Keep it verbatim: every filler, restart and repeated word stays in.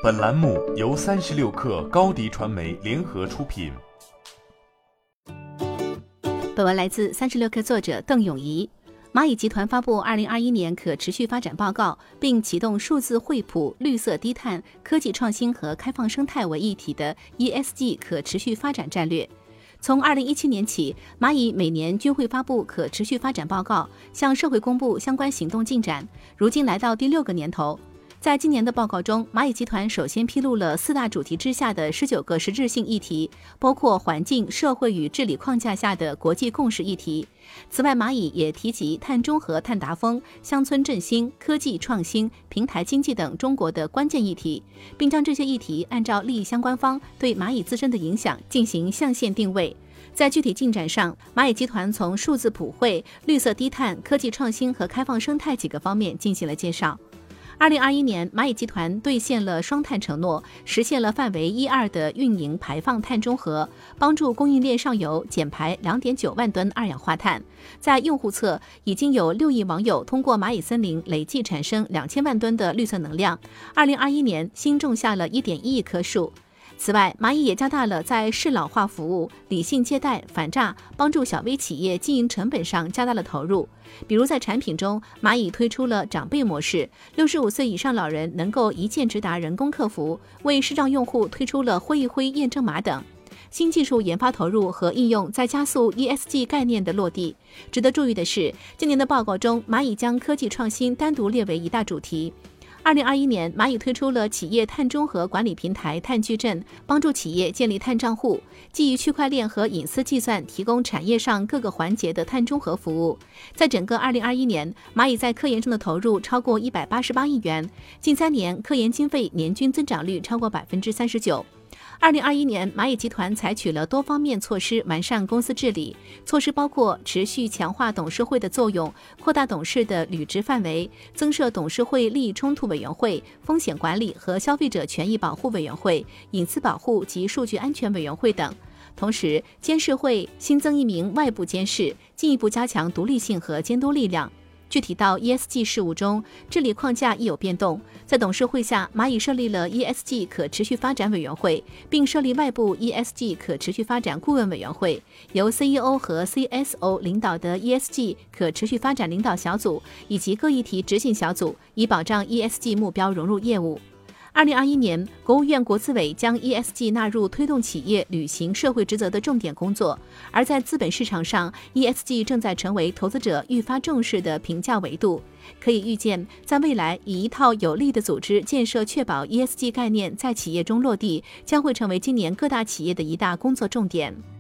本栏目由三十六氪高迪传媒联合出品。 本文来自三十六氪作者邓永怡。蚂蚁集团发布二零二一年可持续发展报告，并启动数字惠普、绿色低碳、科技创新和开放生态为一体的 E S G 可持续发展战略。从二零一七年起，蚂蚁每年均会发布可持续发展报告，向社会公布相关行动进展，如今来到第六个年头。在今年的报告中，蚂蚁集团首先披露了四大主题之下的十九个实质性议题，包括环境、社会与治理框架下的国际共识议题。此外，蚂蚁也提及碳中和、碳达峰、乡村振兴、科技创新、平台经济等中国的关键议题，并将这些议题按照利益相关方对蚂蚁自身的影响进行象限定位。在具体进展上，蚂蚁集团从数字普惠、绿色低碳、科技创新和开放生态几个方面进行了介绍。二零二一年，蚂蚁集团兑现了双碳承诺，实现了范围一二的运营排放碳中和，帮助供应链上游减排 两点九万吨二氧化碳。在用户侧，已经有六亿网友通过蚂蚁森林累计产生两千万吨的绿色能量。二零二一年新种下了一点一亿棵树。此外，蚂蚁也加大了在适老化服务、理性借贷、反诈、帮助小微企业经营成本上加大了投入。比如在产品中，蚂蚁推出了长辈模式，六十五岁以上老人能够一键直达人工客服，为视障用户推出了挥一挥验证码等。新技术研发投入和应用在加速 E S G 概念的落地。值得注意的是，今年的报告中，蚂蚁将科技创新单独列为一大主题。二零二一年，蚂蚁推出了企业碳中和管理平台碳矩阵，帮助企业建立碳账户，基于区块链和隐私计算，提供产业上各个环节的碳中和服务。在整个二零二一年，蚂蚁在科研中的投入超过一百八十八亿元，近三年科研经费年均增长率超过百分之三十九。二零二一年，蚂蚁集团采取了多方面措施完善公司治理，措施包括持续强化董事会的作用，扩大董事的履职范围，增设董事会利益冲突委员会、风险管理和消费者权益保护委员会、隐私保护及数据安全委员会等。同时，监事会新增一名外部监事，进一步加强独立性和监督力量。具体到 E S G 事务中，治理框架亦有变动。在董事会下，蚂蚁设立了 E S G 可持续发展委员会，并设立外部 E S G 可持续发展顾问委员会，由 C E O 和 C S O 领导的 E S G 可持续发展领导小组以及各议题执行小组，以保障 E S G 目标融入业务。二零二一年，国务院国资委将 E S G 纳入推动企业履行社会职责的重点工作。而在资本市场上 ，E S G 正在成为投资者愈发重视的评价维度。可以预见，在未来，以一套有力的组织建设，确保 E S G 概念在企业中落地，将会成为今年各大企业的一大工作重点。